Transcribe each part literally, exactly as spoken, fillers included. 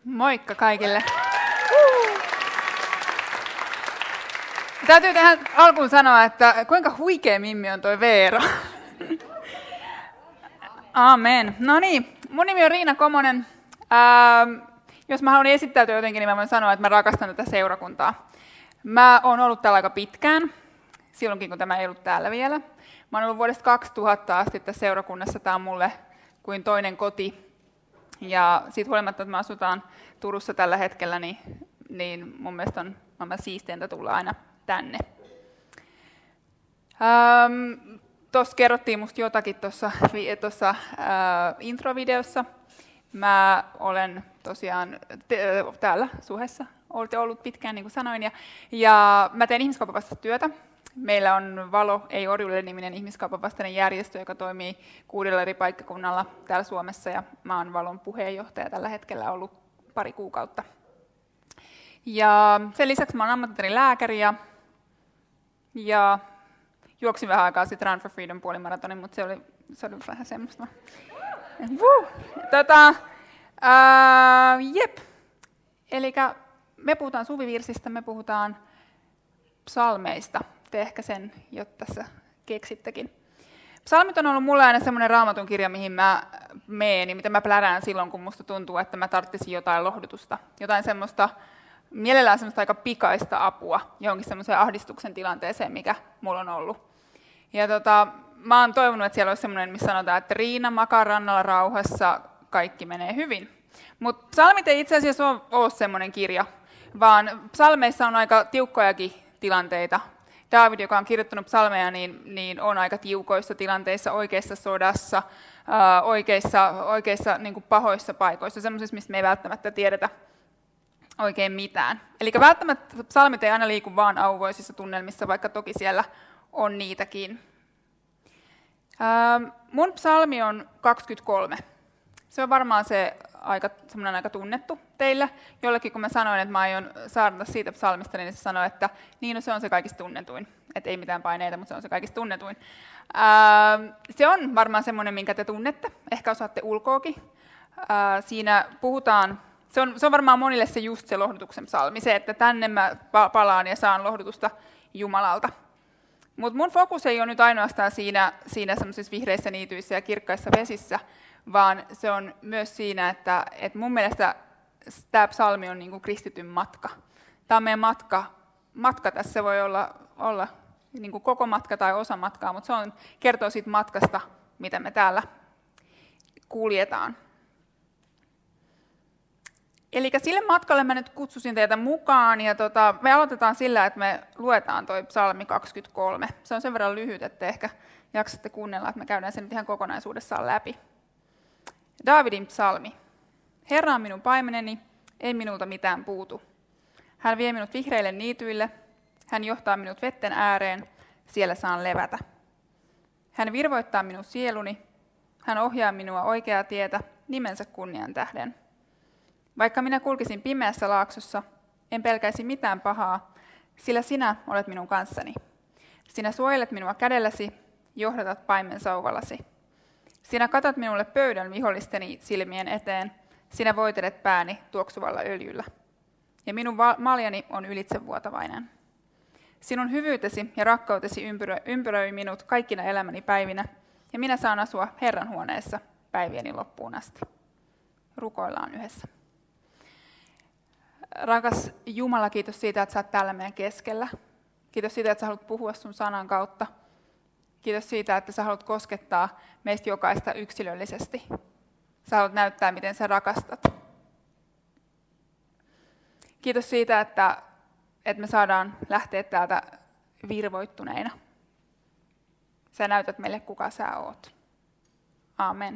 Moikka kaikille. Täytyy tähän alkuun sanoa, että kuinka huikea Mimmi on toi Veera. Amen. No niin, mun nimi on Riina Komonen. Ähm, jos mä haluan esittäytyä jotenkin, niin mä voin sanoa, että mä rakastan tätä seurakuntaa. Mä oon ollut täällä aika pitkään, silloinkin kun tämä ei ollut täällä vielä. Mä oon ollut vuodesta kaksituhatta asti tässä seurakunnassa. Tää on mulle kuin toinen koti. Ja siitä huolimatta, että me asutaan Turussa tällä hetkellä, niin, niin mun mielestä on maailman siisteintä tulla aina tänne. Ähm, Tuossa kerrottiin musta jotakin tuossa äh, introvideossa. Mä olen tosiaan te- täällä Suhessa, olette ollut pitkään, niin kuin sanoin, ja, ja mä teen ihmiskaupanvastaista työtä. Meillä on Valo, ei orjuudelle niminen ihmiskaupanvastainen järjestö, joka toimii kuudella eri paikkakunnalla täällä Suomessa, ja mä oon Valon puheenjohtaja tällä hetkellä ollut pari kuukautta. Ja sen lisäksi mä oon ammattitaitoinen lääkäri, ja, ja juoksin vähän aikaa sitten Run for Freedom puolimaratonin, mutta se oli, se oli vähän semmoista. Tota, ää, jep. Elikkä me puhutaan suvivirsistä, me puhutaan psalmeista. Te ehkä sen jo tässä keksittekin. Psalmit on ollut mulle aina semmoinen raamatun kirja, mihin mä meen, ja mitä mä plärään silloin, kun musta tuntuu, että mä tarvitsin jotain lohdutusta. Jotain semmoista, mielellään semmoista aika pikaista apua johonkin semmoiseen ahdistuksen tilanteeseen, mikä mulla on ollut. Ja tota, mä oon toivonut, että siellä olisi semmoinen, missä sanotaan, että Riina makaa rannalla rauhassa, kaikki menee hyvin. Mutta psalmit ei itse asiassa ole, ole semmoinen kirja, vaan psalmeissa on aika tiukkojakin tilanteita. Daavid, joka on kirjoittanut psalmeja, niin, niin on aika tiukoissa tilanteissa, oikeassa sodassa, ää, oikeissa, oikeissa niin kuin pahoissa paikoissa, semmoisissa, mistä me ei välttämättä tiedetä oikein mitään. Eli välttämättä psalmit ei aina liiku vaan auvoisissa tunnelmissa, vaikka toki siellä on niitäkin. Ää, mun psalmi on kaksikymmentäkolme. Se on varmaan se aika, semmoinen aika tunnettu teille. Jollekin kun mä sanoin, että mä aion saarnata siitä psalmista, niin se sanoi, että niin, no, se on se kaikista tunnetuin. Että ei mitään paineita, mutta se on se kaikista tunnetuin. Ää, se on varmaan semmoinen, minkä te tunnette. Ehkä osaatte ulkoakin. Ää, siinä puhutaan, se on, se on varmaan monille se just se lohdutuksen psalmi. Se, että tänne mä palaan ja saan lohdutusta Jumalalta. Mutta mun fokus ei ole nyt ainoastaan siinä, siinä semmoisissa vihreissä niityissä ja kirkkaissa vesissä, vaan se on myös siinä, että, että mun mielestä tämä psalmi on niin kuin kristityn matka. Tämä on meidän matka. Matka tässä voi olla, olla niin kuin koko matka tai osa matkaa, mutta se on, kertoo siitä matkasta, mitä me täällä kuljetaan. Eli sille matkalle mä nyt kutsusin teitä mukaan, ja tota, me aloitetaan sillä, että me luetaan toi psalmi kaksikymmentäkolme. Se on sen verran lyhyt, että ehkä jaksatte kuunnella, että me käydään sen nyt ihan kokonaisuudessaan läpi. Daavidin psalmi. Herra on minun paimeneni, ei minulta mitään puutu. Hän vie minut vihreille niityille, hän johtaa minut vetten ääreen, siellä saan levätä. Hän virvoittaa minun sieluni, hän ohjaa minua oikeaa tietä nimensä kunnian tähden. Vaikka minä kulkisin pimeässä laaksossa, en pelkäisi mitään pahaa, sillä sinä olet minun kanssani. Sinä suojelet minua kädelläsi, johdatat paimen sauvallasi. Sinä katat minulle pöydän vihollisteni silmien eteen, sinä voitelet pääni tuoksuvalla öljyllä. Ja minun maljani on ylitsevuotavainen. Sinun hyvyytesi ja rakkautesi ympyröi, ympyröi minut kaikkina elämäni päivinä, ja minä saan asua Herran huoneessa päivieni loppuun asti. Rukoillaan yhdessä. Rakas Jumala, kiitos siitä, että sä oot täällä meidän keskellä. Kiitos siitä, että sä haluat puhua sun sanan kautta. Kiitos siitä, että sä haluat koskettaa meistä jokaista yksilöllisesti. Sä haluat näyttää, miten sä rakastat. Kiitos siitä, että, että me saadaan lähteä täältä virvoittuneina. Sä näytät meille, kuka sä oot. Amen.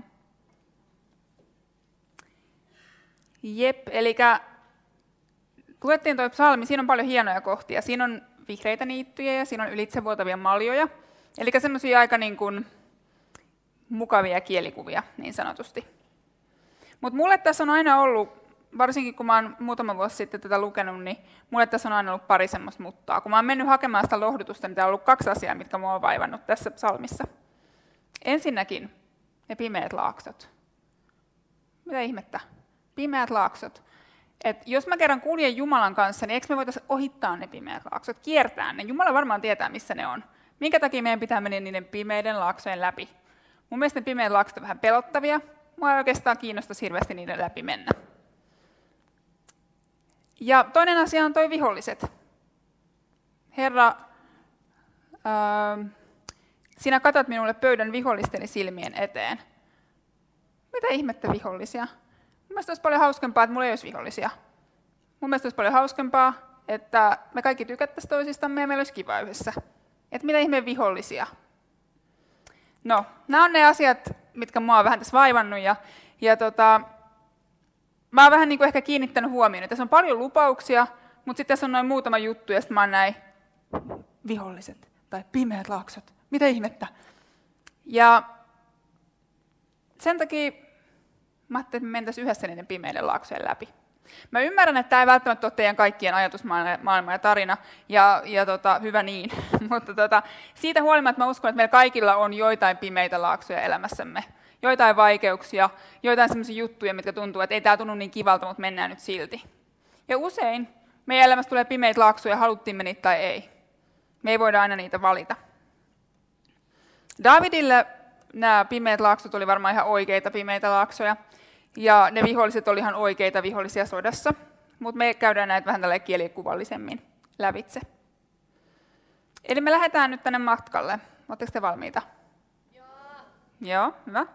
Jep, eli luettiin tuo psalmi, siinä on paljon hienoja kohtia. Siinä on vihreitä niittyjä ja siinä on ylitsevuotavia maljoja. Eli semmoisia aika niin kuin mukavia kielikuvia, niin sanotusti. Mutta mulle tässä on aina ollut, varsinkin kun mä oon muutama vuosi sitten tätä lukenut, niin mulle tässä on aina ollut pari semmoista muttaa. Kun mä oon mennyt hakemaan sitä lohdutusta, niin täällä on ollut kaksi asiaa, mitkä mua on vaivannut tässä psalmissa. Ensinnäkin ne pimeät laaksot. Mitä ihmettä? Pimeät laaksot. Et jos mä kerran kuljen Jumalan kanssa, niin eikö me voitaisiin ohittaa ne pimeät laaksot, kiertää ne? Jumala varmaan tietää, missä ne on. Minkä takia meidän pitää mennä niiden pimeiden laaksojen läpi? Mun mielestä ne pimeät laaksot on vähän pelottavia. Mua ei oikeastaan kiinnostaisi hirveästi niiden läpi mennä. Ja toinen asia on toi viholliset. Herra, ää, sinä katot minulle pöydän vihollisteni silmien eteen. Mitä ihmettä vihollisia? Mun mielestä olisi paljon hauskempaa, että mulla ei olisi vihollisia. Mun mielestä olisi paljon hauskempaa, että me kaikki tykättäisiin toisistamme ja meillä olisi kiva yhdessä. Että mitä ihmeen vihollisia? No, nämä on ne asiat, mitkä mua on vähän tässä vaivannut. Ja, ja tota, mä oon vähän niin kuin ehkä kiinnittänyt huomioon. Tässä on paljon lupauksia, mutta sitten tässä on noin muutama juttu, ja sitten mä oon näin viholliset tai pimeät laaksot. Mitä ihmettä? Ja sen takia mä ajattelin, että me mentäisiin yhdessä niiden pimeiden laaksojen läpi. Mä ymmärrän, että tämä ei välttämättä ole teidän kaikkien ajatusmaailma ja tarina, ja, ja tota, hyvä niin. Mutta tota, siitä huolimatta mä uskon, että meillä kaikilla on joitain pimeitä laaksoja elämässämme. Joitain vaikeuksia, joitain sellaisia juttuja, mitkä tuntuu, että ei tämä tunnu niin kivalta, mutta mennään nyt silti. Ja usein meidän elämässä tulee pimeitä laaksoja, haluttiin me niitä tai ei. Me ei voida aina niitä valita. Davidille nämä pimeät laaksot oli varmaan ihan oikeita pimeitä laaksoja. Ja ne viholliset oli ihan oikeita vihollisia sodassa, mutta me käydään näitä vähän tälleen kielikuvallisemmin lävitse. Eli me lähdetään nyt tänne matkalle. Oletteko te valmiita? Joo. Joo, hyvä.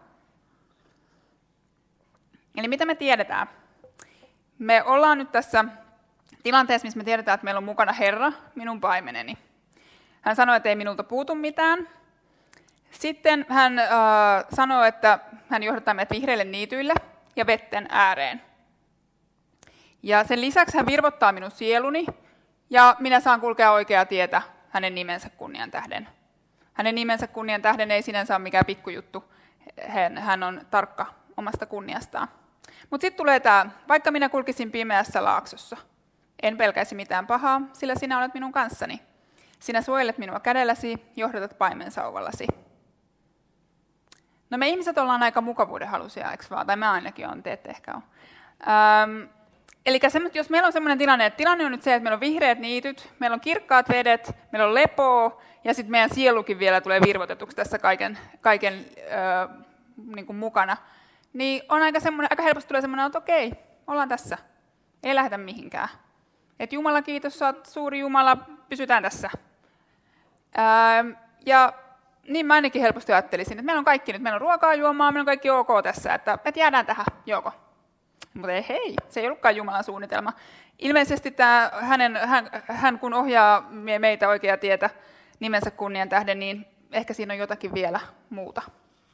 Eli mitä me tiedetään? Me ollaan nyt tässä tilanteessa, missä me tiedetään, että meillä on mukana Herra, minun paimeneni. Hän sanoi, että ei minulta puutu mitään. Sitten hän äh, sanoi, että hän johdattaa meidät vihreille niityille ja vetten ääreen. Ja sen lisäksi hän virvottaa minun sieluni, ja minä saan kulkea oikeaa tietä hänen nimensä kunnian tähden. Hänen nimensä kunnian tähden ei sinänsä ole mikään pikkujuttu, hän, hän on tarkka omasta kunniastaan. Mutta sitten tulee tämä, vaikka minä kulkisin pimeässä laaksossa, en pelkäisi mitään pahaa, sillä sinä olet minun kanssani. Sinä suojelet minua kädelläsi, johdatat paimensauvallasi. No me ihmiset ollaan aika mukavuudenhaluisia, eikö vaan? Tai mä ainakin olen, te ette ehkä ole. Ähm, eli jos meillä on sellainen tilanne, että tilanne on nyt se, että meillä on vihreät niityt, meillä on kirkkaat vedet, meillä on lepoa, ja sitten meidän sielukin vielä tulee virvotetuksi tässä kaiken, kaiken äh, niin kuin mukana, niin on aika, aika helposti tulee semmoinen, että okei, ollaan tässä, ei lähdetä mihinkään. Että Jumala kiitos, sä oot suuri Jumala, pysytään tässä. Ähm, ja niin mä ainakin helposti ajattelisin, että meillä on kaikki nyt, meillä on ruokaa, juomaa, meillä on kaikki ok tässä, että, että jäädään tähän, joko. Mutta ei, hei, se ei ollutkaan Jumalan suunnitelma. Ilmeisesti tämä, hänen, hän, hän kun ohjaa meitä oikeaa tietä nimensä kunnian tähden, niin ehkä siinä on jotakin vielä muuta.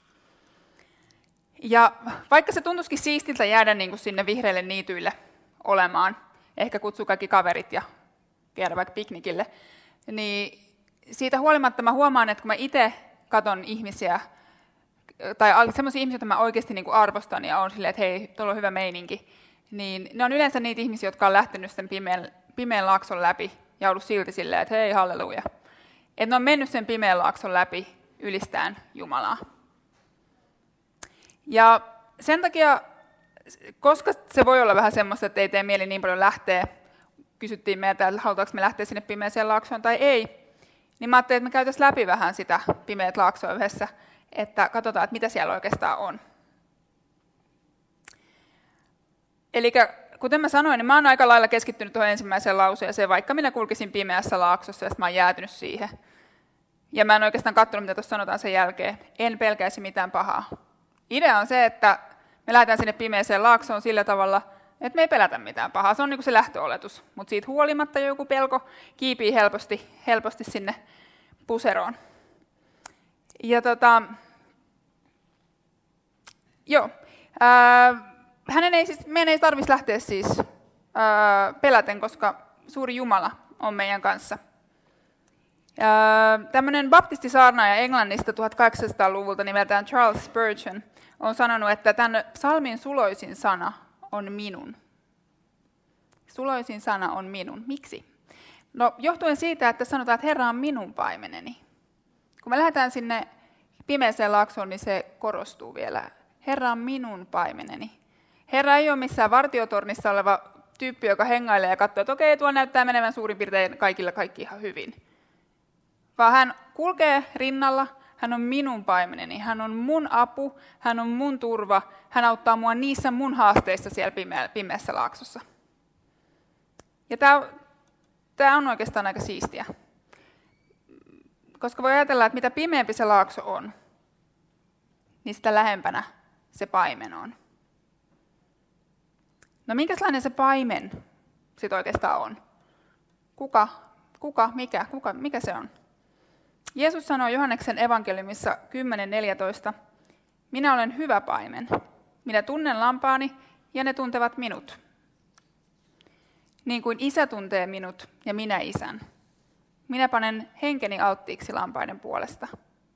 Ja vaikka se tuntuisikin siistiltä jäädä niin kuin sinne vihreille niityille olemaan, ehkä kutsua kaikki kaverit ja käydä vaikka piknikille, niin siitä huolimatta mä huomaan, että kun mä itse katon ihmisiä, tai sellaisia ihmisiä, joita mä oikeasti niin kuin arvostan ja on silleen, että hei, tuolla on hyvä meininki, niin ne on yleensä niitä ihmisiä, jotka on lähtenyt sen pimeän, pimeän laakson läpi ja ollut silti silleen, että hei, halleluja. Että ne on mennyt sen pimeän laakson läpi ylistään Jumalaa. Ja sen takia, koska se voi olla vähän semmoista, että ei tee mieli niin paljon lähteä, kysyttiin meiltä, että halutaanko me lähteä sinne pimeäseen laaksoon tai ei, niin mä ajattelin, että me käytäisiin läpi vähän sitä pimeät laaksoa yhdessä, että katsotaan, että mitä siellä oikeastaan on. Eli kuten mä sanoin, niin mä oon aika lailla keskittynyt tuohon ensimmäiseen lauseeseen, vaikka minä kulkisin pimeässä laaksossa ja sitten mä oon jäätynyt siihen. Ja mä en oikeastaan katsonut, mitä tuossa sanotaan sen jälkeen. En pelkäisi mitään pahaa. Idea on se, että me lähdetään sinne pimeäseen laaksoon sillä tavalla, että me ei pelätä mitään pahaa. Se on niin kuin se lähtöoletus. Mutta siitä huolimatta joku pelko kiipii helposti, helposti sinne puseroon. Ja tota, joo, ää, hänen ei siis, meidän ei tarvitsisi lähteä siis ää, peläten, koska suuri Jumala on meidän kanssa. Tämmöinen baptistisaarnaaja Englannista tuhatkahdeksansataaluvulta nimeltään Charles Spurgeon on sanonut, että tämän psalmin suloisin sana on minun. Suloisin sana on minun. Miksi? No johtuen siitä, että sanotaan, että Herra on minun paimeneni. Kun me lähdetään sinne pimeäseen laaksoon, niin se korostuu vielä. Herra on minun paimeneni. Herra ei ole missään vartiotornissa oleva tyyppi, joka hengailee ja katsoo, että okei, tuolla näyttää menevän suurin piirtein kaikilla kaikki ihan hyvin. Vaan hän kulkee rinnalla, hän on minun paimeneni, hän on mun apu, hän on mun turva, hän auttaa mua niissä mun haasteissa siellä pime- pimeässä laaksossa. Ja tämä on oikeastaan aika siistiä. Koska voi ajatella, että mitä pimeämpi se laakso on, niin sitä lähempänä se paimen on. No minkälainen se paimen sitten oikeastaan on? Kuka, kuka, mikä, kuka, mikä se on? Jeesus sanoi Johanneksen evankeliumissa kymmenen neljätoista, minä olen hyvä paimen, minä tunnen lampaani ja ne tuntevat minut. Niin kuin isä tuntee minut ja minä isän. Minä panen henkeni alttiiksi lampaiden puolesta.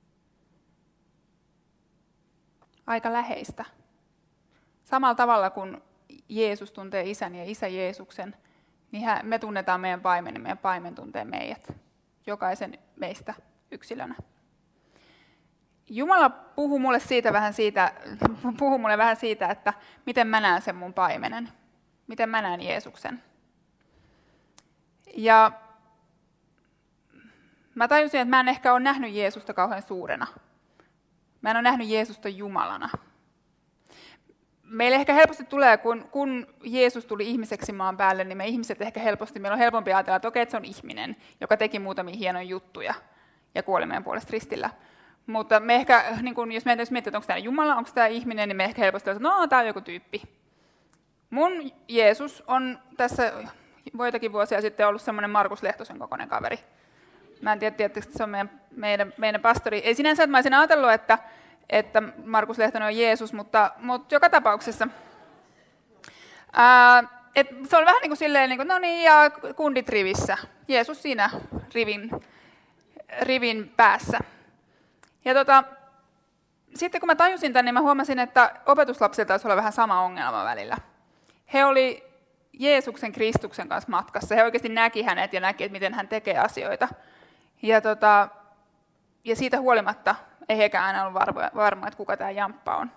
Aika läheistä. Samalla tavalla kuin Jeesus tuntee isän ja isä Jeesuksen, niin me tunnetaan meidän paimen ja meidän paimen tuntee meidät. Jokaisen meistä yksilönä. Jumala puhuu mulle, siitä vähän siitä, puhuu mulle vähän siitä, että miten mä näen sen mun paimenen. Miten mä näen Jeesuksen. Ja mä tajusin, että mä en ehkä ole nähnyt Jeesusta kauhean suurena. Mä en ole nähnyt Jeesusta Jumalana. Meille ehkä helposti tulee, kun, kun Jeesus tuli ihmiseksi maan päälle, niin me ihmiset ehkä helposti, meillä on helpompi ajatella, että okei, että se on ihminen, joka teki muutamia hienoja juttuja ja kuoli meidän puolesta ristillä. Mutta me ehkä, niin kun, jos meidän miettii, että onko tämä Jumala, onko tämä ihminen, niin me ehkä helposti että no, tämä on joku tyyppi. Mun Jeesus on tässä joitakin vuosia sitten ollut semmoinen Markus Lehtosen kokoinen kaveri. Mä en tiedä, tietysti, että se on meidän, meidän, meidän pastori. Ei sinänsä, että mä olisin ajatellut, että, että Markus Lehtonen on Jeesus, mutta, mutta joka tapauksessa. Ää, et se on vähän niin kuin silleen, niin kuin, no niin, ja kundit rivissä. Jeesus siinä rivin, rivin päässä. Ja tota, sitten kun mä tajusin tämän, niin mä huomasin, että opetuslapsilla taisi olla vähän sama ongelma välillä. He oli Jeesuksen Kristuksen kanssa matkassa. He oikeasti näki hänet ja näki, että miten hän tekee asioita. Ja, tota, ja siitä huolimatta ei hekään aina ollut varma, että kuka tämä jamppa on.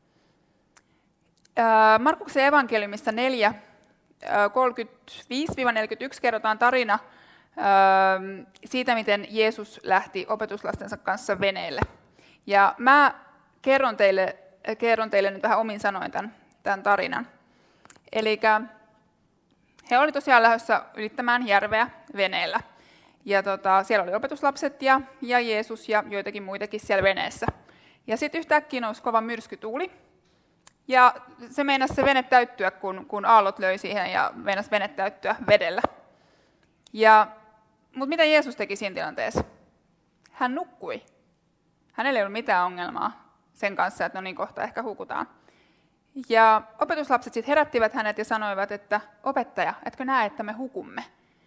Markuksen evankeliumissa neljä kolmekymmentäviisi neljäkymmentäyksi kerrotaan tarina siitä, miten Jeesus lähti opetuslastensa kanssa veneelle. Ja mä kerron teille, kerron teille nyt vähän omin sanoin tämän, tämän tarinan. Eli he olivat tosiaan lähdössä ylittämään järveä veneellä. Ja tota, siellä oli opetuslapset ja, ja Jeesus ja joitakin muitakin siellä veneessä. Ja sitten yhtäkkiä nousi kova myrskytuuli. Ja se meinasi se vene täyttyä, kun, kun aallot löi siihen ja meinasi vene täyttyä vedellä. Ja, mutta mitä Jeesus teki siinä tilanteessa? Hän nukkui. Hänellä ei ollut mitään ongelmaa sen kanssa, että no niin, kohta ehkä hukutaan. Ja opetuslapset sitten herättivät hänet ja sanoivat, että opettaja, etkö näe, että me hukumme?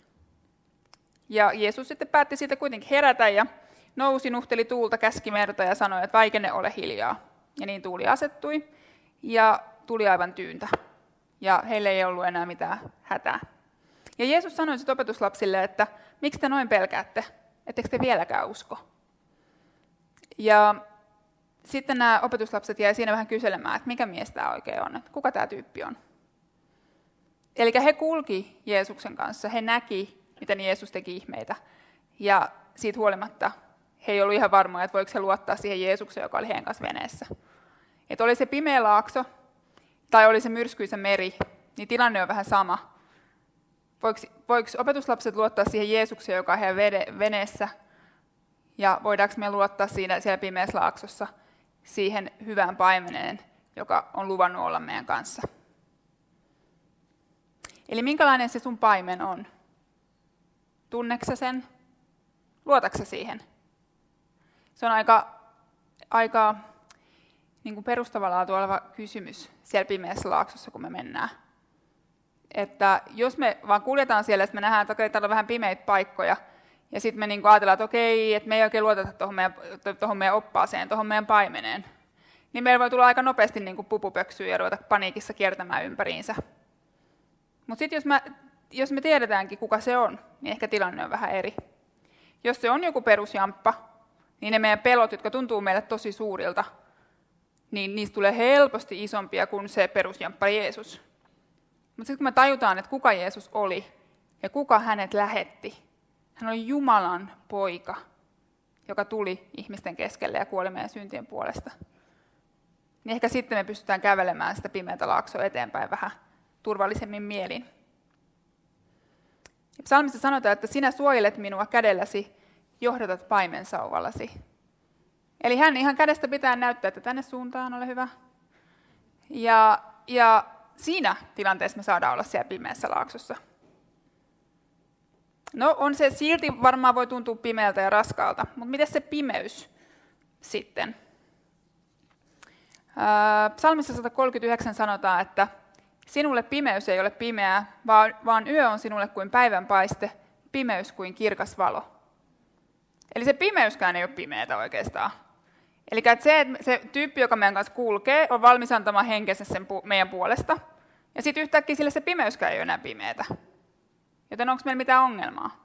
Ja Jeesus sitten päätti siitä kuitenkin herätä ja nousi, nuhteli tuulta, käski merta ja sanoi, että vaikene ole hiljaa. Ja niin tuuli asettui ja tuli aivan tyyntä. Ja heille ei ollut enää mitään hätää. Ja Jeesus sanoi sitten opetuslapsille, että miksi te noin pelkäätte, ettekö te vieläkään usko? Ja sitten nämä opetuslapset jäi siinä vähän kyselemään, että mikä mies tämä oikein on, että kuka tämä tyyppi on. Eli he kulki Jeesuksen kanssa, he näki, miten Jeesus teki ihmeitä. Ja siitä huolimatta he ei ollut ihan varmoja, että voiko he luottaa siihen Jeesukseen, joka oli heidän kanssa veneessä. Että oli se pimeä laakso tai oli se myrskyisä meri, niin tilanne on vähän sama. Voiko, voiko opetuslapset luottaa siihen Jeesukseen, joka on heidän veneessä? Ja voidaanko me luottaa siinä, siellä pimeässä laaksossa siihen hyvään paimeneen, joka on luvannut olla meidän kanssa? Eli minkälainen se sun paimen on? Tunneksä sen? Luotaksä siihen? Se on aika, aika niin kuin perustavalla laatulla oleva kysymys siellä pimeässä laaksossa, kun me mennään. Että jos me vaan kuljetaan siellä, että me nähdään, että okei, täällä on vähän pimeitä paikkoja, ja sitten me niin kuin ajatellaan, että okei, että me ei oikein luoteta tuohon meidän, tuohon meidän oppaaseen, tuohon meidän paimeneen, niin meillä voi tulla aika nopeasti niin kuin pupupöksyä ja ruveta paniikissa kiertämään ympäriinsä. Mutta sitten jos, jos me tiedetäänkin, kuka se on, niin ehkä tilanne on vähän eri. Jos se on joku perusjamppa, niin ne meidän pelot, jotka tuntuu meille tosi suurilta, niin niistä tulee helposti isompia kuin se perusjamppa Jeesus. Mutta sitten kun me tajutaan, että kuka Jeesus oli ja kuka hänet lähetti, hän oli Jumalan poika, joka tuli ihmisten keskelle ja kuoli meidän syntien puolesta. Niin ehkä sitten me pystytään kävelemään sitä pimeätä laaksoa eteenpäin vähän turvallisemmin mielin. Psalmissa sanotaan, että sinä suojelet minua kädelläsi, johdatat paimensauvallasi. Eli hän ihan kädestä pitää näyttää, että tänne suuntaan ole hyvä. Ja, ja siinä tilanteessa me saadaan olla siellä pimeässä laaksossa. No on se silti varmaan voi tuntua pimeältä ja raskaalta, mutta miten se pimeys sitten? Psalmissa sata kolmekymmentäyhdeksän sanotaan, että sinulle pimeys ei ole pimeää, vaan, vaan yö on sinulle kuin päivänpaiste, pimeys kuin kirkas valo. Eli se pimeyskään ei ole pimeätä oikeastaan. Eli että se, että se tyyppi, joka meidän kanssa kulkee, on valmis antamaan henkensä sen pu- meidän puolesta, ja sitten yhtäkkiä sille se pimeyskään ei ole enää pimeätä. Joten onko meillä mitään ongelmaa?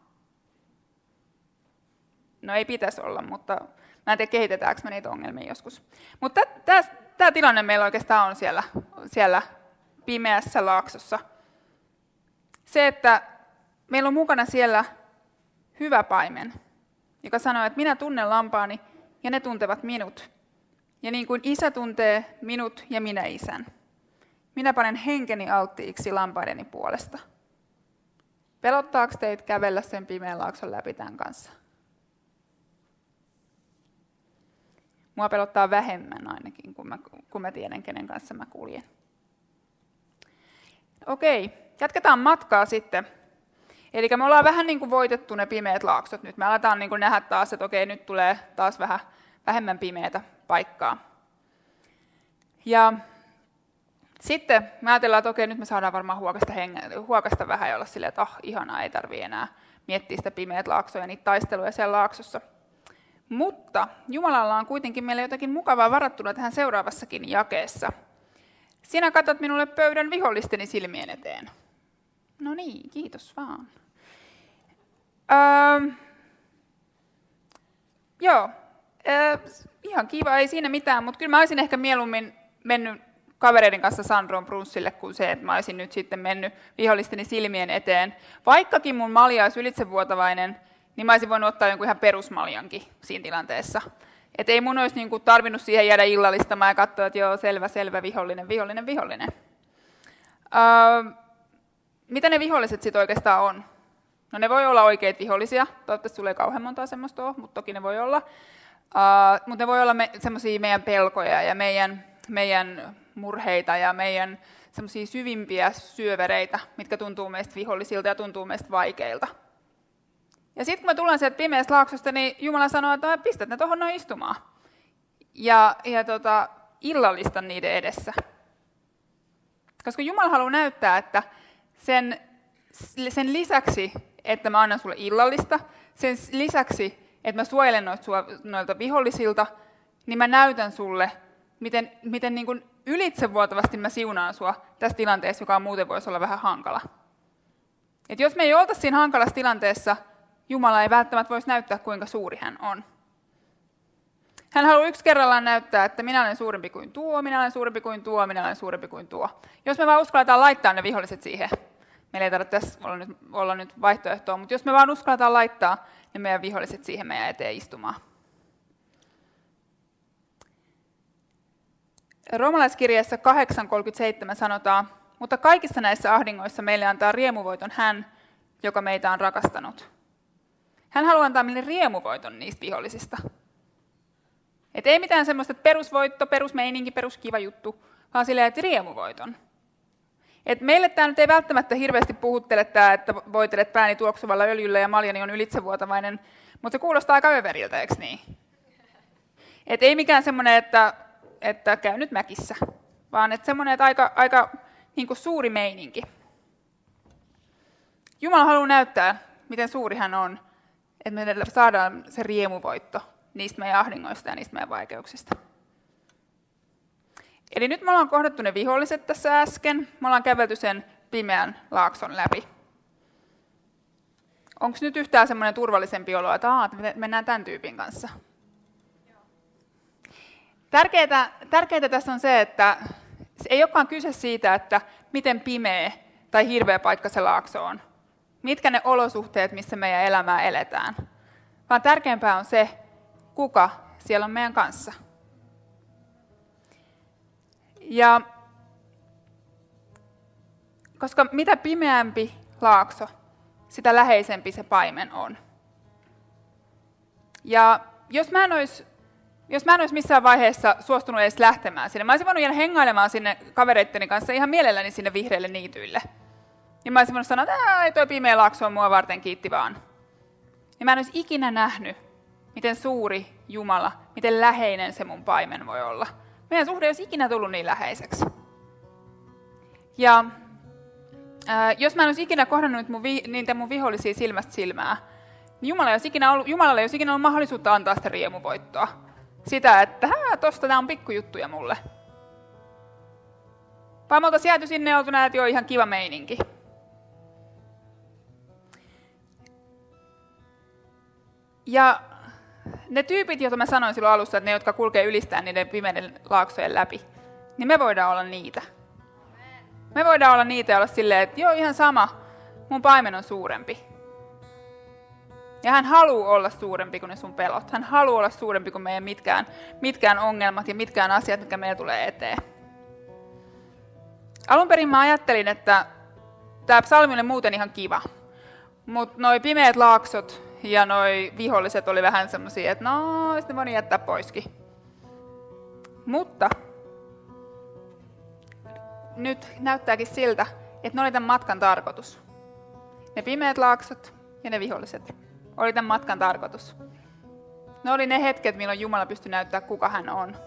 No ei pitäisi olla, mutta mä en tiedä, kehitetäänkö me niitä ongelmia joskus. Mutta tämä tilanne meillä oikeastaan on siellä, siellä pimeässä laaksossa. Se, että meillä on mukana siellä hyvä paimen, joka sanoo, että minä tunnen lampaani ja ne tuntevat minut. Ja niin kuin isä tuntee minut ja minä isän. Minä panen henkeni alttiiksi lampaideni puolesta. Pelottaako teitä kävellä sen pimeän laakson läpi tämän kanssa? Mua pelottaa vähemmän ainakin, kun mä, kun mä tiedän, kenen kanssa mä kuljen. Okei, jatketaan matkaa sitten. Eli me ollaan vähän niin kuin voitettu ne pimeät laaksot nyt. Me aletaan niin kuin nähdä taas, että okei, nyt tulee taas vähän vähemmän pimeätä paikkaa. Ja sitten me ajatellaan, että okei, nyt me saadaan varmaan huokasta, hengen, huokasta vähän ja olla silleen, että oh, ihanaa, ei tarvitse enää miettiä sitä pimeät laaksoja ja niitä taisteluja siellä laaksossa. Mutta Jumalalla on kuitenkin meille jotakin mukavaa varattuna tähän seuraavassakin jakeessa. Sinä katsot minulle pöydän vihollisteni silmien eteen. No niin, kiitos vaan. Öö, joo, öö, ihan kiva, ei siinä mitään, mutta kyllä mä olisin ehkä mieluummin mennyt kavereiden kanssa Sandron brunssille kuin se, että mä olisin nyt sitten mennyt vihollisteni silmien eteen. Vaikkakin mun malja olisi ylitsevuotavainen, niin mä olisin voinut ottaa jonkun ihan perusmaljankin siinä tilanteessa. Että ei mun olisi niinku tarvinnut siihen jäädä illallistamaan ja katsoa, että joo, selvä, selvä, vihollinen, vihollinen, vihollinen. Öö, mitä ne viholliset sitten oikeastaan on? No ne voi olla oikeita vihollisia, toivottavasti sulla ei kauhean montaa semmoista ole, mutta toki ne voi olla. Öö, mutta ne voi olla me, semmoisia meidän pelkoja ja meidän, meidän murheita ja meidän semmoisia syvimpiä syövereitä, mitkä tuntuu meistä vihollisilta ja tuntuu meistä vaikeilta. Ja sitten kun me tullaan sieltä pimeästä laaksosta, niin Jumala sanoo, että pistät ne tuohon noin istumaan. Ja, ja tota, illallista niiden edessä. Koska Jumala haluaa näyttää, että sen, sen lisäksi, että mä annan sulle illallista, sen lisäksi, että mä suojelen noita, noilta vihollisilta, niin mä näytän sulle, miten, miten niin kuin ylitsevuotavasti mä siunaan sua tässä tilanteessa, joka muuten voisi olla vähän hankala. Et jos me ei oltaisi siinä hankalassa tilanteessa, Jumala ei välttämättä voisi näyttää, kuinka suuri hän on. Hän haluaa yksi kerrallaan näyttää, että minä olen suurempi kuin tuo, minä olen suurempi kuin tuo, minä olen suurempi kuin tuo. Jos me vaan uskalletaan laittaa ne viholliset siihen, meillä ei tarvitse tässä olla nyt, olla nyt vaihtoehtoa, mutta jos me vaan uskalletaan laittaa ne meidän viholliset siihen meidän eteen istumaan. Roomalaiskirjeessä kahdeksan kolmekymmentäseitsemän sanotaan, mutta kaikissa näissä ahdingoissa meille antaa riemuvoiton hän, joka meitä on rakastanut. Hän haluaa antaa meille riemuvoiton niistä vihollisista. Et ei mitään semmoista, että perusvoitto, perusmeininki, peruskiva juttu, vaan silleen, että riemuvoiton. Et meille tämä nyt ei välttämättä hirveästi puhuttele tämä, että voitelet pääni tuoksuvalla öljyllä ja maljani on ylitsevuotavainen, mutta se kuulostaa aika överiltä, eikö niin? Et ei mikään semmoinen, että, että käy nyt mäkissä, vaan että semmoinen, että aika, aika niin kuin suuri meininki. Jumala haluaa näyttää, miten suuri hän on, että me saadaan se riemuvoitto niistä meidän ahdingoista ja niistä meidän vaikeuksista. Eli nyt me ollaan kohdattu ne viholliset tässä äsken, me ollaan kävelty sen pimeän laakson läpi. Onko nyt yhtään semmoinen turvallisempi olo, että Aa, mennään tämän tyypin kanssa? Tärkeää, tärkeää tässä on se, että ei olekaan kyse siitä, että miten pimeä tai hirveä paikka se laakso on. Mitkä ne olosuhteet, missä meidän elämää eletään. Vaan tärkeämpää on se, kuka siellä on meidän kanssa. Ja koska mitä pimeämpi laakso, sitä läheisempi se paimen on. Ja jos mä en olisi, jos mä en olisi missään vaiheessa suostunut edes lähtemään sinne, mä olisin voinut jäädä hengailemaan sinne kavereitteni kanssa ihan mielelläni sinne vihreille niityille. Ja mä olisin voinut sanoa, että ei toi pimeä laakso on mua varten, kiitti vaan. Ja mä en olisi ikinä nähnyt, miten suuri Jumala, miten läheinen se mun paimen voi olla. Meidän suhde ei olisi ikinä tullut niin läheiseksi. Ja ää, jos mä en olisi ikinä kohdannut mun vi, niitä mun vihollisia silmästä silmää, niin Jumala ei olisi ikinä ollut, Jumalalla ei olisi ikinä ollut mahdollisuutta antaa sitä riemuvoittoa. Sitä, että tosta tää on pikkujuttuja mulle. Vaan me oltaisiin jääty sinne ja oltu näet, että joo, ihan kiva meininki. Ja ne tyypit, joita mä sanoin silloin alussa, että ne, jotka kulkee ylistään niiden pimeiden laaksojen läpi, niin me voidaan olla niitä. Me voidaan olla niitä ja olla silleen, että joo, ihan sama, mun paimen on suurempi. Ja hän haluaa olla suurempi kuin ne sun pelot. Hän haluaa olla suurempi kuin meidän mitkään, mitkään ongelmat ja mitkään asiat, mitkä meillä tulee eteen. Alun perin mä ajattelin, että tämä psalmi oli muuten ihan kiva. Mutta noi pimeät laaksot ja noi viholliset oli vähän semmosia, että no, sitten ne voin jättää poiskin. Mutta nyt näyttääkin siltä, että ne oli tämän matkan tarkoitus. Ne pimeät laaksot ja ne viholliset oli tämän matkan tarkoitus. Ne oli ne hetket, milloin Jumala pystyi näyttämään, kuka hän on.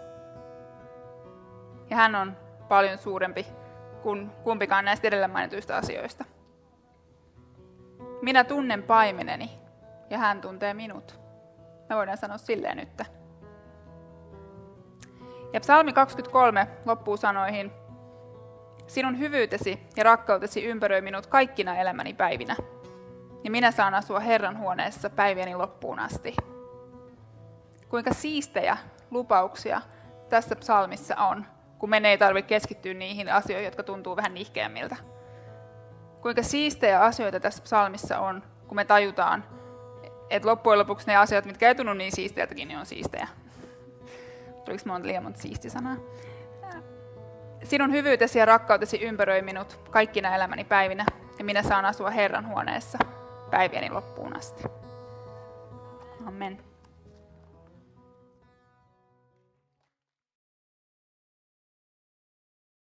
Ja hän on paljon suurempi kuin kumpikaan näistä edellä mainituista asioista. Minä tunnen paimeneni ja hän tuntee minut. Me voidaan sanoa silleen nyt. Ja psalmi kaksikymmentäkolme loppuu sanoihin: sinun hyvyytesi ja rakkautesi ympäröi minut kaikkina elämäni päivinä. Ja minä saan asua Herran huoneessa päivieni loppuun asti. Kuinka siistejä lupauksia tässä psalmissa on, kun meidän ei tarvitse keskittyä niihin asioihin, jotka tuntuu vähän nihkeämmiltä. Kuinka siistejä asioita tässä psalmissa on, kun me tajutaan, että loppujen lopuksi ne asiat, mitkä ei tunnu niin siisteiltäkin, niin on siistejä. Tuliko monta liian monta siistisanaa? Sinun hyvyytesi ja rakkautesi ympäröi minut kaikkina elämäni päivinä, ja minä saan asua Herran huoneessa päivieni loppuun asti. Amen.